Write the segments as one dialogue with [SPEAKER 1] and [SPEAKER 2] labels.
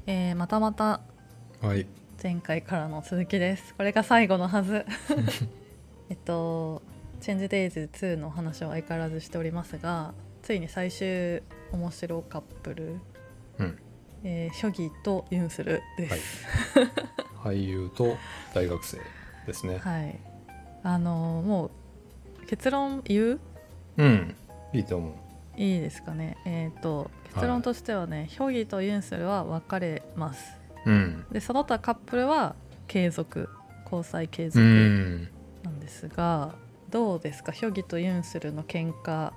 [SPEAKER 1] またまた
[SPEAKER 2] はい。
[SPEAKER 1] 前回からの続きです。これが最後のはずチェンジデイズ2の話を相変わらずしておりますが、ついに最終面白カップル、ヒョギとユンスルです、
[SPEAKER 2] はい、俳優と大学生ですね。
[SPEAKER 1] はい。もう結論言う？
[SPEAKER 2] いいと思う。
[SPEAKER 1] いいですかね。結論としてはね、ヒョギとユンスルは別れます。でその他カップルは継続、交際継続なんですが、どうですか？ヒョギとユンスルの喧嘩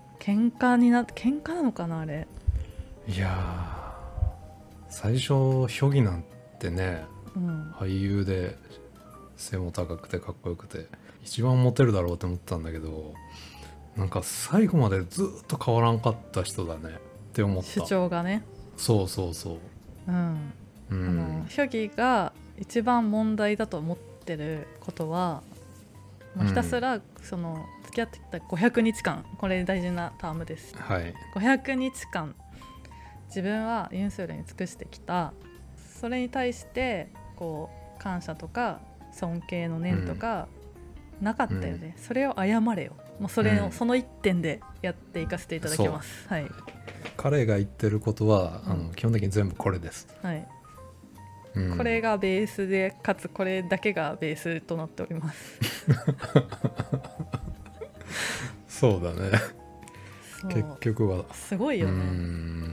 [SPEAKER 1] なのかなあれ。
[SPEAKER 2] いや最初ヒョギなんてね、俳優で背も高くてかっこよくて一番モテるだろうって思ってたんだけど、なんか最後までずっと変わらんかった人だねって思った。
[SPEAKER 1] 主張がね。
[SPEAKER 2] そうそうそう。
[SPEAKER 1] ヒョギが一番問題だと思ってることは、ひたすらその付き合ってきた500日間、これ大事なタームです、
[SPEAKER 2] はい、
[SPEAKER 1] 500日間自分はユンスルに尽くしてきた。それに対してこう感謝とか尊敬の念とかなかったよね、それを謝れよ。もうその一点でやっていかせていただきます。はい。
[SPEAKER 2] 彼が言ってることは、基本的に全部これです。
[SPEAKER 1] はい。これがベースで、かつこれだけがベースとなっております
[SPEAKER 2] そうだね。結局は
[SPEAKER 1] すごいよね。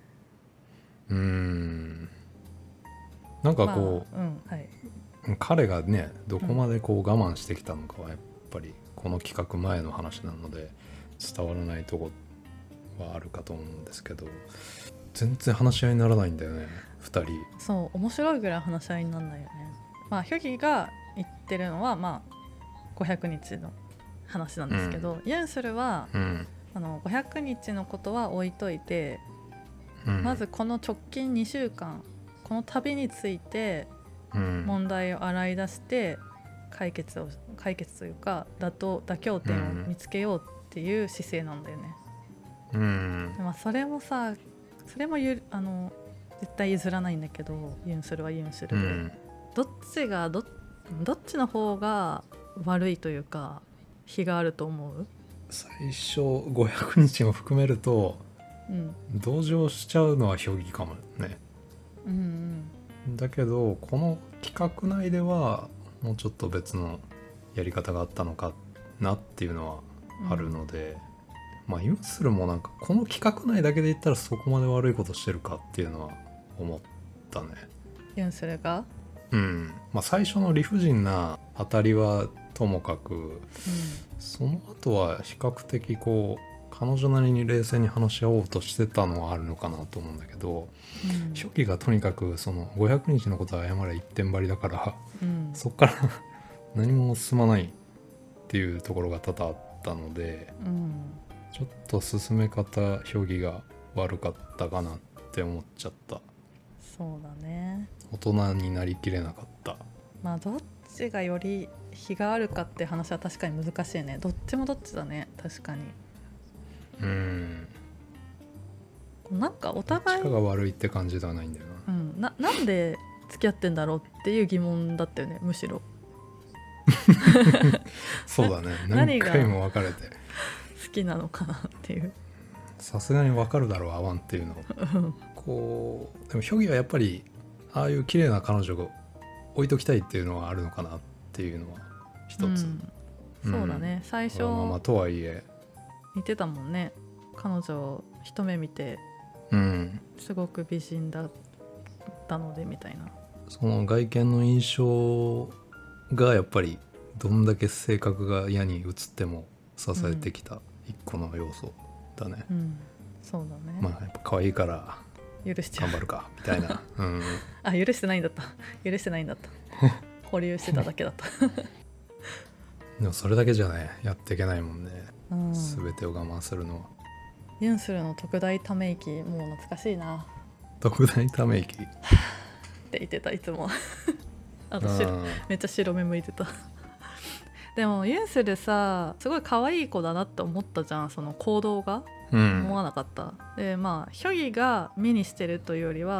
[SPEAKER 2] なんかこう、彼がねどこまでこう我慢してきたのかはやっぱりこの企画前の話なので伝わらないとこはあるかと思うんですけど、全然話し合いにならないんだよね2人。
[SPEAKER 1] そう面白いぐらい話し合いにならないよね。ヒョギが言ってるのは500日の話なんですけど、ユンスルは、500日のことは置いといて、まずこの直近2週間この旅について問題を洗い出して解決というか妥協点を見つけようっていう姿勢なんだよね。それも絶対譲らないんだけど、ユンスルはユンスルで、どっちの方が悪いというか非があると思う？
[SPEAKER 2] 最初500日も含めると、同情しちゃうのはヒョギかもね。だけどこの企画内ではもうちょっと別のやり方があったのかなっていうのはあるので、ユンスルもなんかこの企画内だけで言ったらそこまで悪いことしてるかっていうのは思ったね。
[SPEAKER 1] ユンスルが
[SPEAKER 2] 最初の理不尽な当たりはともかく、その後は比較的こう彼女なりに冷静に話し合おうとしてたのはあるのかなと思うんだけど、初期がとにかくその500日のことは謝れ一点張りだから、そっから何も進まないっていうところが多々あったので、ちょっと進め方評議が悪かったかなって思っちゃった。
[SPEAKER 1] そうだね。
[SPEAKER 2] 大人になりきれなかった。
[SPEAKER 1] どっちがより非があるかって話は確かに難しいね。どっちもどっちだね。確かに。なんかお互い
[SPEAKER 2] どっちかが悪いって感じではないんだよ
[SPEAKER 1] な。なんで付き合ってんだろうっていう疑問だったよね、むしろ
[SPEAKER 2] そうだね。何回も別れて
[SPEAKER 1] 好きなのかなっていう。
[SPEAKER 2] さすがに分かるだろう、合わんっていうのこう。でもヒョギはやっぱりああいう綺麗な彼女を置いときたいっていうのはあるのかなっていうのは一つ、
[SPEAKER 1] そうだね。最初
[SPEAKER 2] とはいえ
[SPEAKER 1] 似てたもんね。彼女を一目見て、すごく美人だったのでみたいな。
[SPEAKER 2] その外見の印象がやっぱりどんだけ性格が嫌に映っても支えてきた一個の要素だね。
[SPEAKER 1] そうだね。
[SPEAKER 2] やっぱ可愛いから
[SPEAKER 1] 許しちゃう、
[SPEAKER 2] 頑張るかみたいな
[SPEAKER 1] 許してないんだった保留してただけだった
[SPEAKER 2] でもそれだけじゃねやっていけないもんね、全てを我慢するのは。
[SPEAKER 1] ユンスルの特大ため息、もう懐かしいな。
[SPEAKER 2] 特大ため息
[SPEAKER 1] って言ってた、いつもめっちゃ白目向いてたでもユンスルさ、すごい可愛い子だなって思ったじゃん、その行動が、思わなかった？でヒョギが目にしてるというよりは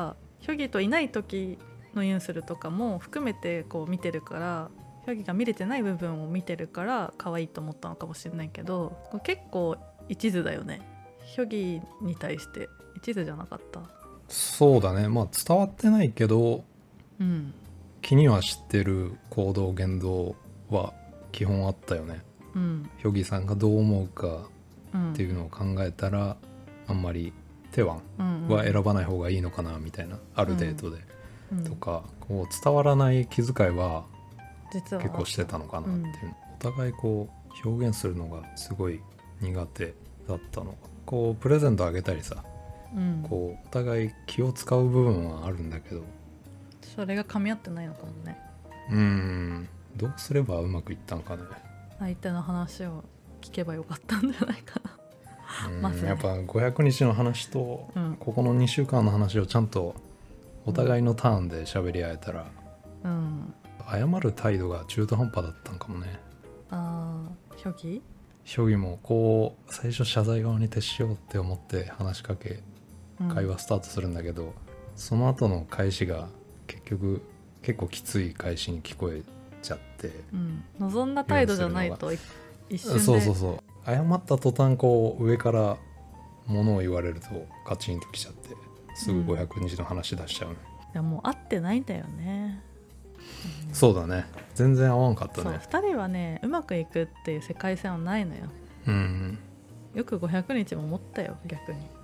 [SPEAKER 1] ヒョギといない時のユンスルとかも含めてこう見てるから、ヒョギが見れてない部分を見てるから可愛いと思ったのかもしれないけど、結構一途だよね。ヒョギに対して一途じゃなかった？
[SPEAKER 2] そうだね、まあ伝わってないけど、
[SPEAKER 1] うん、
[SPEAKER 2] 気にはしてる行動言動は基本あったよね。
[SPEAKER 1] うん、
[SPEAKER 2] ヒョギさんがどう思うか
[SPEAKER 1] うん、
[SPEAKER 2] っていうのを考えたら、あんまりテワンは選ばない方がいいのかなみたいな、ある程度で、
[SPEAKER 1] うん、
[SPEAKER 2] とかこう伝わらない気遣いは
[SPEAKER 1] 実は
[SPEAKER 2] 結構してたのかなっていう、お互いこう表現するのがすごい苦手だったのが、こうプレゼントあげたりさ、
[SPEAKER 1] うん、
[SPEAKER 2] こうお互い気を使う部分はあるんだけど、
[SPEAKER 1] それが噛み合ってないのかもね。
[SPEAKER 2] どうすればうまくいったのかね。
[SPEAKER 1] 相手の話を聞けばよかったんじゃないかなまずね、
[SPEAKER 2] やっぱ500日の話と、ここの2週間の話をちゃんとお互いのターンで喋り合えたら、謝る態度が中途半端だったんかもね。
[SPEAKER 1] ヒョギ？
[SPEAKER 2] ヒョギもこう最初謝罪側に徹しようって思って話しかけ、会話スタートするんだけど、その後の返しが結局結構きつい返しに聞こえちゃって、
[SPEAKER 1] 望んだ態度じゃないと一瞬で、
[SPEAKER 2] そう謝った途端こう上から物を言われるとカチンときちゃって、すぐ500日の話出しちゃうね。
[SPEAKER 1] いやもう合ってないんだよね。
[SPEAKER 2] そうだね、全然合わんかったね。
[SPEAKER 1] そう2人はねうまくいくっていう世界線はないのよ。よく500日も持ったよ逆にい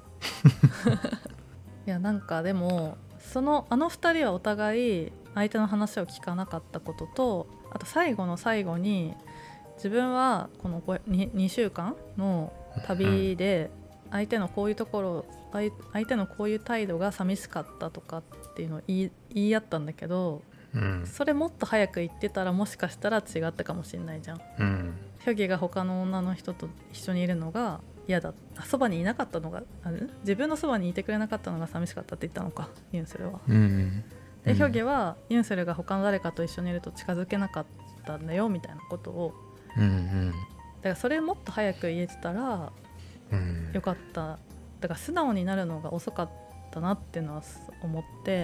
[SPEAKER 1] やなんかでもあの2人はお互い相手の話を聞かなかったことと、あと最後の最後に自分はこの 2週間の旅で相手のこういうところ、相手のこういう態度が寂しかったとかっていうのを言い合ったんだけど、それもっと早く言ってたらもしかしたら違ったかもしれないじゃん。ヒョギが他の女の人と一緒にいるのが嫌だ、そばにいなかったのが自分のそばにいてくれなかったのが寂しかったって言ったのかユンスルは。でヒョギはユンスルが他の誰かと一緒にいると近づけなかったんだよみたいなことを、だからそれもっと早く言えてたらよかった。だから素直になるのが遅かったなっていうのは思って、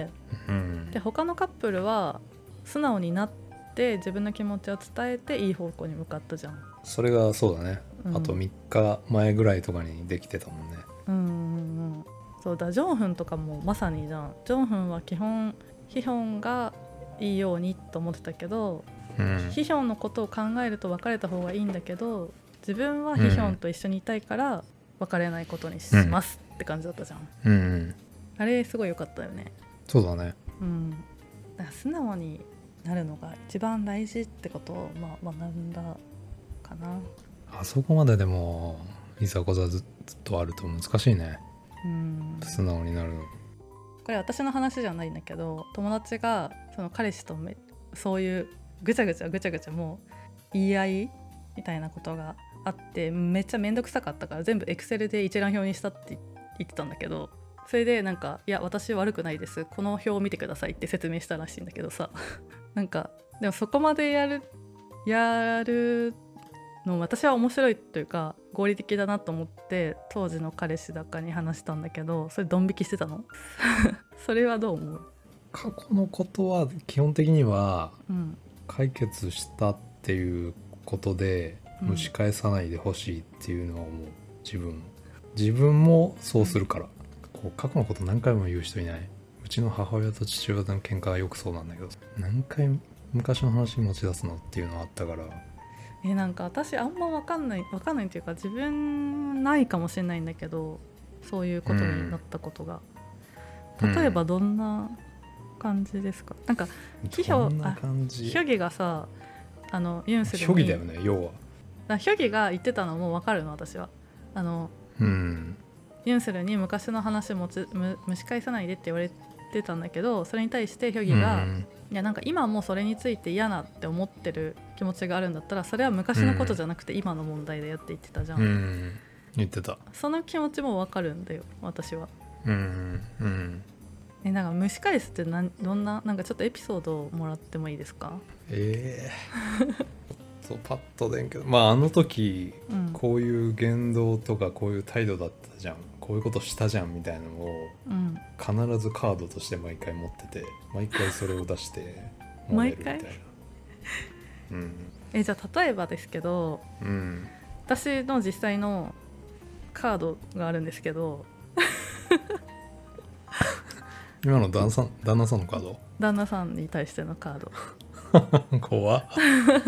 [SPEAKER 1] で他のカップルは素直になって自分の気持ちを伝えていい方向に向かったじゃん。
[SPEAKER 2] それがそうだね、あと3日前ぐらいとかにできてたもんね。
[SPEAKER 1] そうだ、ジョンフンとかもまさにじゃん。ジョンフンは基本ヒヒョンがいいようにと思ってたけど、ヒヒョンのことを考えると別れた方がいいんだけど、自分はヒヒョンと一緒にいたいから別れないことにしますって感じだったじゃん。あれすごい良かったよね。
[SPEAKER 2] そうだね。
[SPEAKER 1] だから素直になるのが一番大事ってことを学んだかな。
[SPEAKER 2] あそこまででもいざこざずっとあると難しいね。素直になるの。
[SPEAKER 1] これ私の話じゃないんだけど、友達がその彼氏とそういうぐちゃぐちゃもう言い合いみたいなことがあって、めっちゃめんどくさかったから全部エクセルで一覧表にしたって言ってたんだけど、それでなんかいや私悪くないです、この表を見てくださいって説明したらしいんだけどさなんかでもそこまでやるの私は面白いというか合理的だなと思って当時の彼氏だかに話したんだけど、それドン引きしてたのそれはどう思う？
[SPEAKER 2] 過去のことは基本的には解決したっていうことで蒸し返さないでほしいっていうのは思う。自分もそうするから、こう過去のこと何回も言う人いない。うちの母親と父親の喧嘩はよくそうなんだけど、何回昔の話持ち出すのっていうのはあったから、
[SPEAKER 1] なんか私あんま分かんないっていうか自分ないかもしれないんだけど、そういうことになったことが、例えばどんな感じですか？なんかヒョギがさユンスルに
[SPEAKER 2] ヒョギだよね要は。
[SPEAKER 1] ヒョギが言ってたのも分かるの私は。ユンスルに昔の話蒸し返さないでって言われてたんだけど、それに対してヒョギが、いやなんか今もそれについて嫌なって思ってる気持ちがあるんだったらそれは昔のことじゃなくて今の問題だよって言ってたじゃん。
[SPEAKER 2] 言ってた。
[SPEAKER 1] その気持ちも分かるんだよ私は。なんか蒸し返すってどんな、なんかちょっとエピソードをもらってもいいですか？
[SPEAKER 2] そうパッとでんけど、あの時、こういう言動とかこういう態度だったじゃん。 こういうことしたじゃんみたいなのを必ずカードとして毎回持ってて、毎回それを出して揉めるみたいな。
[SPEAKER 1] じゃあ例えばですけど、私の実際のカードがあるんですけど
[SPEAKER 2] 今の旦那さんのカード？
[SPEAKER 1] 旦那さんに対してのカー
[SPEAKER 2] ド怖っ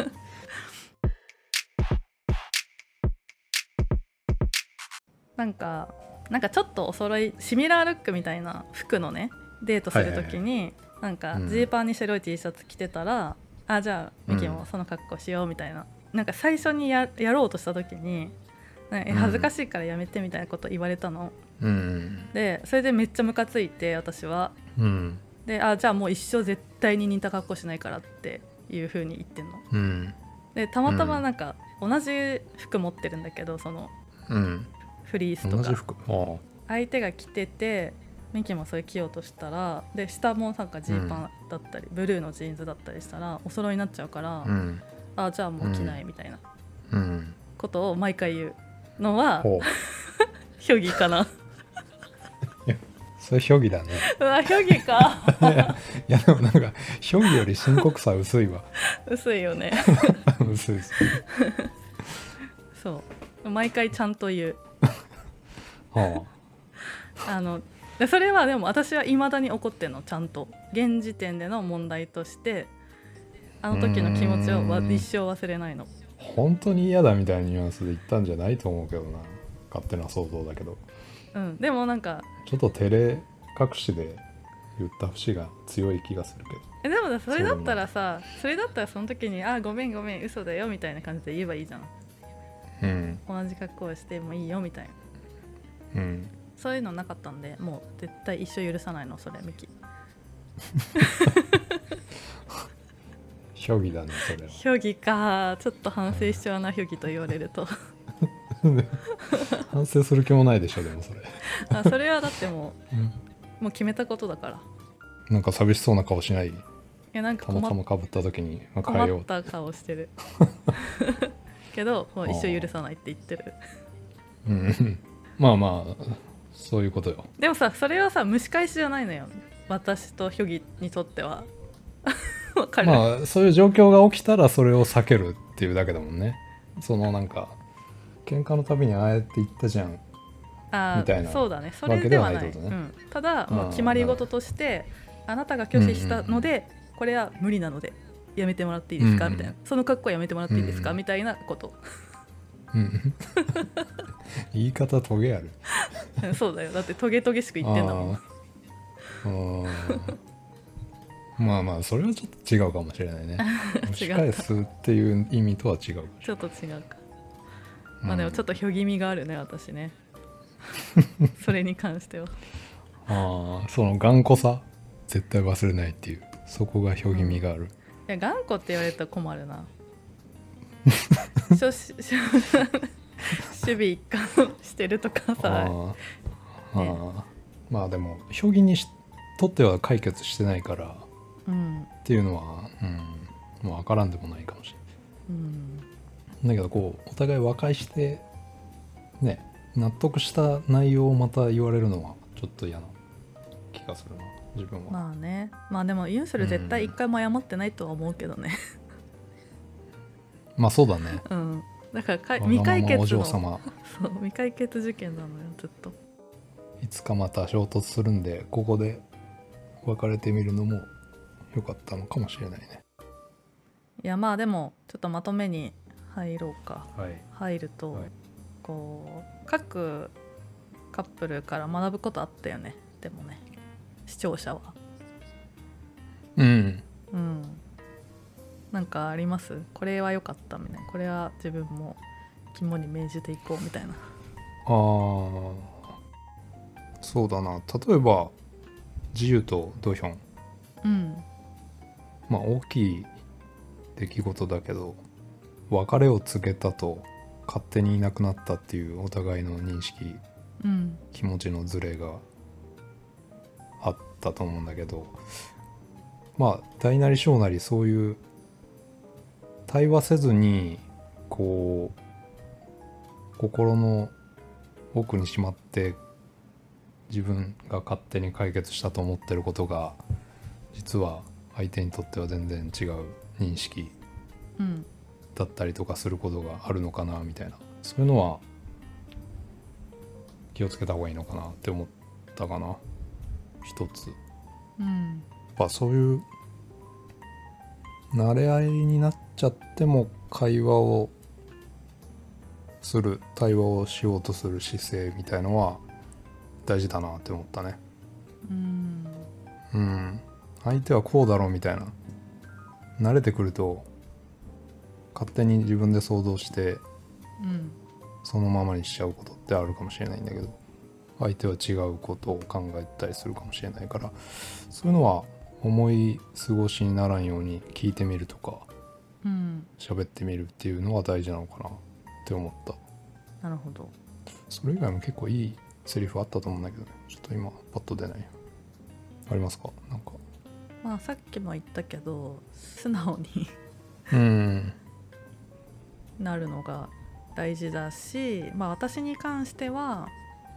[SPEAKER 1] なんかちょっとお揃いシミラールックみたいな服のねデートするときに、なんかジーパンに白い T シャツ着てたら、あ、じゃあミキもその格好しようみたいな、なんか最初に やろうとしたときに恥ずかしいからやめてみたいなこと言われたの、でそれでめっちゃムカついて私は、でじゃあもう一生絶対に似た格好しないからっていう風に言ってんの、でたまたまなんか同じ服持ってるんだけど、その、フリースとか相手が着ててミキもそれ着ようとしたら、で下もなんかジーパンだったり、ブルーのジーンズだったりしたらお揃いになっちゃうから、じゃあもう着ないみたいなことを毎回言うのは虚偽かな
[SPEAKER 2] それ虚偽だね
[SPEAKER 1] うわ虚偽か
[SPEAKER 2] いやでもなんか虚偽より深刻さ薄いわ
[SPEAKER 1] 薄いよね
[SPEAKER 2] 薄いです
[SPEAKER 1] そう毎回ちゃんと言う
[SPEAKER 2] は
[SPEAKER 1] それはでも私は未だに怒ってんの、ちゃんと現時点での問題としてあの時の気持ちを一生忘れないの。
[SPEAKER 2] 本当に嫌だみたいなニュアンスで言ったんじゃないと思うけどな、勝手な想像だけど、
[SPEAKER 1] でもなんか
[SPEAKER 2] ちょっと照れ隠しで言った節が強い気がするけど、
[SPEAKER 1] でもそれだったらさ、それだったらその時にごめんごめん嘘だよみたいな感じで言えばいいじゃん、同じ格好をしてもいいよみたいな、そういうのなかったんで、もう絶対一生許さないのそれミキ
[SPEAKER 2] 虚偽だねそれは。
[SPEAKER 1] 虚偽か、ちょっと反省しちゃうな、虚偽と言われると
[SPEAKER 2] 反省する気もないでしょでもそれ
[SPEAKER 1] それはだってもう決めたことだから。
[SPEAKER 2] なんか寂しそうな顔しない？い
[SPEAKER 1] やなんか
[SPEAKER 2] たまたまかぶった時に
[SPEAKER 1] 困った顔してるけどもう一生許さないって言ってる
[SPEAKER 2] まあまあそういうことよ。
[SPEAKER 1] でもさ、それはさ蒸し返しじゃないのよ、私と虚偽にとってはわかる。
[SPEAKER 2] まあそういう状況が起きたらそれを避けるっていうだけだもんね。そのなんか喧嘩のたびにああやって言ったじゃんみたいな
[SPEAKER 1] そうだね、それではない、ただもう決まり事としてあなたが拒否したので、これは無理なのでやめてもらっていいですか、みたいな、その格好やめてもらっていいですか、みたいなこと
[SPEAKER 2] 言い方トゲある
[SPEAKER 1] そうだよ、だってトゲトゲしく言ってんだもん。
[SPEAKER 2] まあまあそれはちょっと違うかもしれないね蒸し返すっていう意味とは違う
[SPEAKER 1] ちょっと違うか、まあでもちょっと虚偽味があるね私ねそれに関しては
[SPEAKER 2] その頑固さ絶対忘れないっていう、そこが虚偽味がある、
[SPEAKER 1] いや頑固って言われたら困るな守備一貫してるとかさ、
[SPEAKER 2] まあでも虚偽にとっては解決してないから、っていうのは、もう分からんでもないかもしれない、だけどこうお互い和解してね納得した内容をまた言われるのはちょっと嫌な気がするな自分は。
[SPEAKER 1] まあね、まあでもユンスル絶対一回も謝ってないとは思うけどね
[SPEAKER 2] まあそうだね、
[SPEAKER 1] だから未解決の
[SPEAKER 2] お嬢様
[SPEAKER 1] そう未解決事件なのよずっと。
[SPEAKER 2] いつかまた衝突するんでここで別れてみるのも良かったのかもしれないね。
[SPEAKER 1] いやまあでもちょっとまとめに入ろうか、入ると、こう各カップルから学ぶことあったよね。でもね視聴者はなんかあります？これは良かったみたいな、これは自分も肝に銘じていこうみたいな。
[SPEAKER 2] そうだな、例えばジユとドヒョン、まあ大きい出来事だけど別れを告げたと勝手にいなくなったっていうお互いの認識、気持ちのズレがあったと思うんだけど、まあ大なり小なりそういう対話せずにこう心の奥にしまって自分が勝手に解決したと思ってることが実は相手にとっては全然違う認識だったりとかすることがあるのかなみたいな、そういうのは気をつけた方がいいのかなって思ったかな一つ。やっぱそういう慣れ合いになっちゃっても会話をする、対話をしようとする姿勢みたいのは大事だなって思ったね。相手はこうだろうみたいな、慣れてくると勝手に自分で想像して、そのままにしちゃうことってあるかもしれないんだけど、相手は違うことを考えたりするかもしれないから、そういうのは思い過ごしにならんように聞いてみるとか喋ってみるっていうのは大事なのかなって思った。
[SPEAKER 1] なるほど。
[SPEAKER 2] それ以外も結構いいセリフあったと思うんだけどね、ちょっと今パッと出ない。ありますか？なんか
[SPEAKER 1] まあさっきも言ったけど素直になるのが大事だし、まあ私に関しては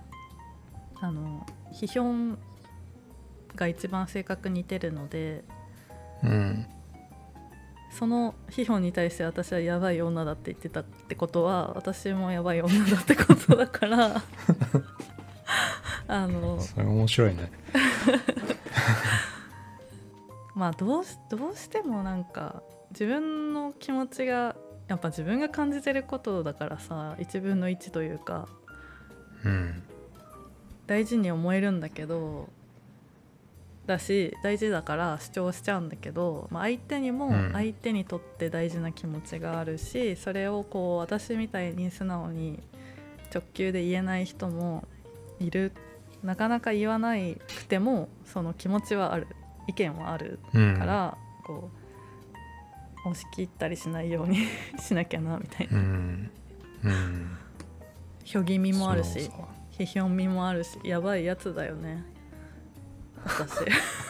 [SPEAKER 1] 批評が一番性格似てるので、その批評に対して私はやばい女だって言ってたってことは私もやばい女だってことだから
[SPEAKER 2] それ面白いね
[SPEAKER 1] まあどうしてもなんか自分の気持ちがやっぱ自分が感じてることだからさ、1分の1というか、大事に思えるんだけど、だし大事だから主張しちゃうんだけど、まあ、相手にも相手にとって大事な気持ちがあるし、それをこう私みたいに素直に直球で言えない人もいる。なかなか言わなくてもその気持ちはある、意見はあるから、こう押し切ったりしないようにしなきゃなみたいな、虚偽味もあるし批評味もあるし、やばいやつだよね私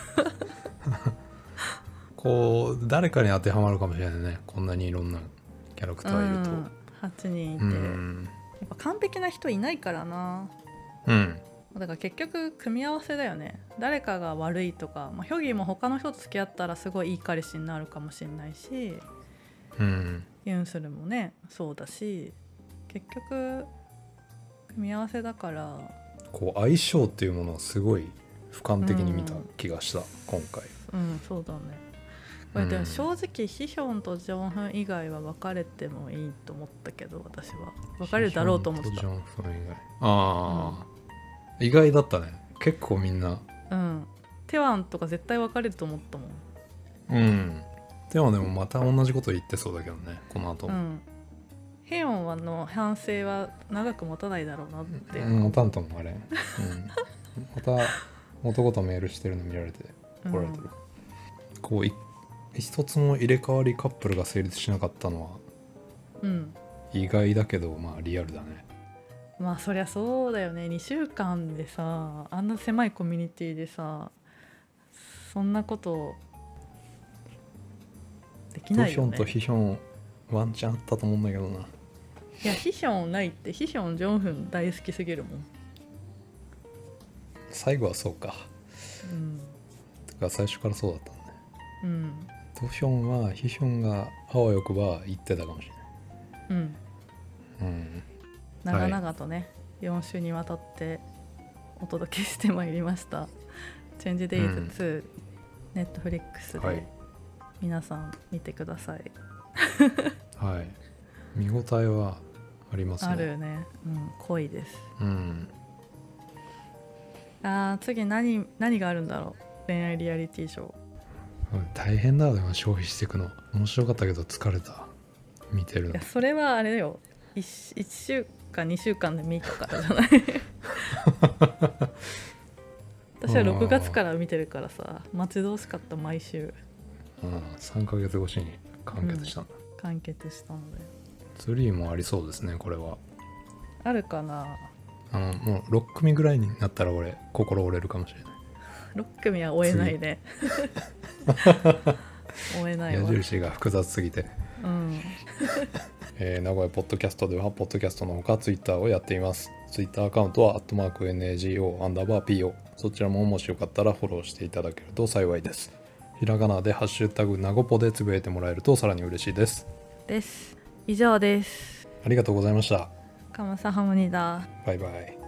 [SPEAKER 2] こう誰かに当てはまるかもしれないね、こんなにいろんなキャラクターいると。
[SPEAKER 1] 8人いて、やっぱ完璧な人いないからな。だから結局組み合わせだよね。誰かが悪いとか、まあ、ヒョギも他の人と付き合ったらすごいいい彼氏になるかもしれないし、ユンスルもねそうだし、結局組み合わせだから、
[SPEAKER 2] こう相性っていうものをすごい俯瞰的に見た気がした、今回。
[SPEAKER 1] そうだね。これでも正直ヒヒョンとジョンフン以外は別れてもいいと思ったけど、私は別れるだろうと思ってた。
[SPEAKER 2] ヒヒョンとジョンフン以外、意外だったね。結構みんな
[SPEAKER 1] テワンとか絶対別れると思ったもん。
[SPEAKER 2] でもまた同じこと言ってそうだけどね、この後も。
[SPEAKER 1] ヘヨンの反省は長く持たないだろうなって、
[SPEAKER 2] 持たんともあれ、また男とメールしてるの見られて怒られてる、こう一つも入れ替わりカップルが成立しなかったのは、意外だけどまあリアルだね。
[SPEAKER 1] まあそりゃそうだよね。2週間でさ、あんな狭いコミュニティでさ、そんなことできないよね。
[SPEAKER 2] ドヒョンとヒヒョンワンチャンあったと思うんだけどな。
[SPEAKER 1] いやヒヒョンないって、ヒヒョンジョンフン大好きすぎるもん。
[SPEAKER 2] 最後はそうか。てか最初からそうだったんだね。ドヒョンはヒヒョンがあわよくば言ってたかもしれない。
[SPEAKER 1] 長々とね、4週にわたってお届けしてまいりましたチェンジデイズ2、ネットフリックスで皆さん見てください。
[SPEAKER 2] 見応えはありますね。
[SPEAKER 1] あるね。濃いです。次何があるんだろう。恋愛リアリティショー。
[SPEAKER 2] 大変だよね、消費していくの。面白かったけど疲れた、見てるの。
[SPEAKER 1] いやそれはあれだよ、1週間2週間で見たからじゃない私は6月から見てるからさ、待ち遠しかった。毎週
[SPEAKER 2] 3ヶ月越しに完結したんだ。
[SPEAKER 1] 完結したので
[SPEAKER 2] 3もありそうですね。これは
[SPEAKER 1] あるかな。
[SPEAKER 2] もう6組ぐらいになったら俺心折れるかもしれない。
[SPEAKER 1] 6組は追えないね追えないわ。
[SPEAKER 2] 矢印が複雑すぎて名古屋ポッドキャストではポッドキャストのほかツイッターをやっています。ツイッターアカウントは@NAGO_PO、そちらももしよかったらフォローしていただけると幸いです。ひらがなでハッシュタグなごぽでつぶやいてもらえるとさらに嬉しいです。
[SPEAKER 1] 以上です。
[SPEAKER 2] ありがとうございました。
[SPEAKER 1] カムサハムニダ。
[SPEAKER 2] バイバイ。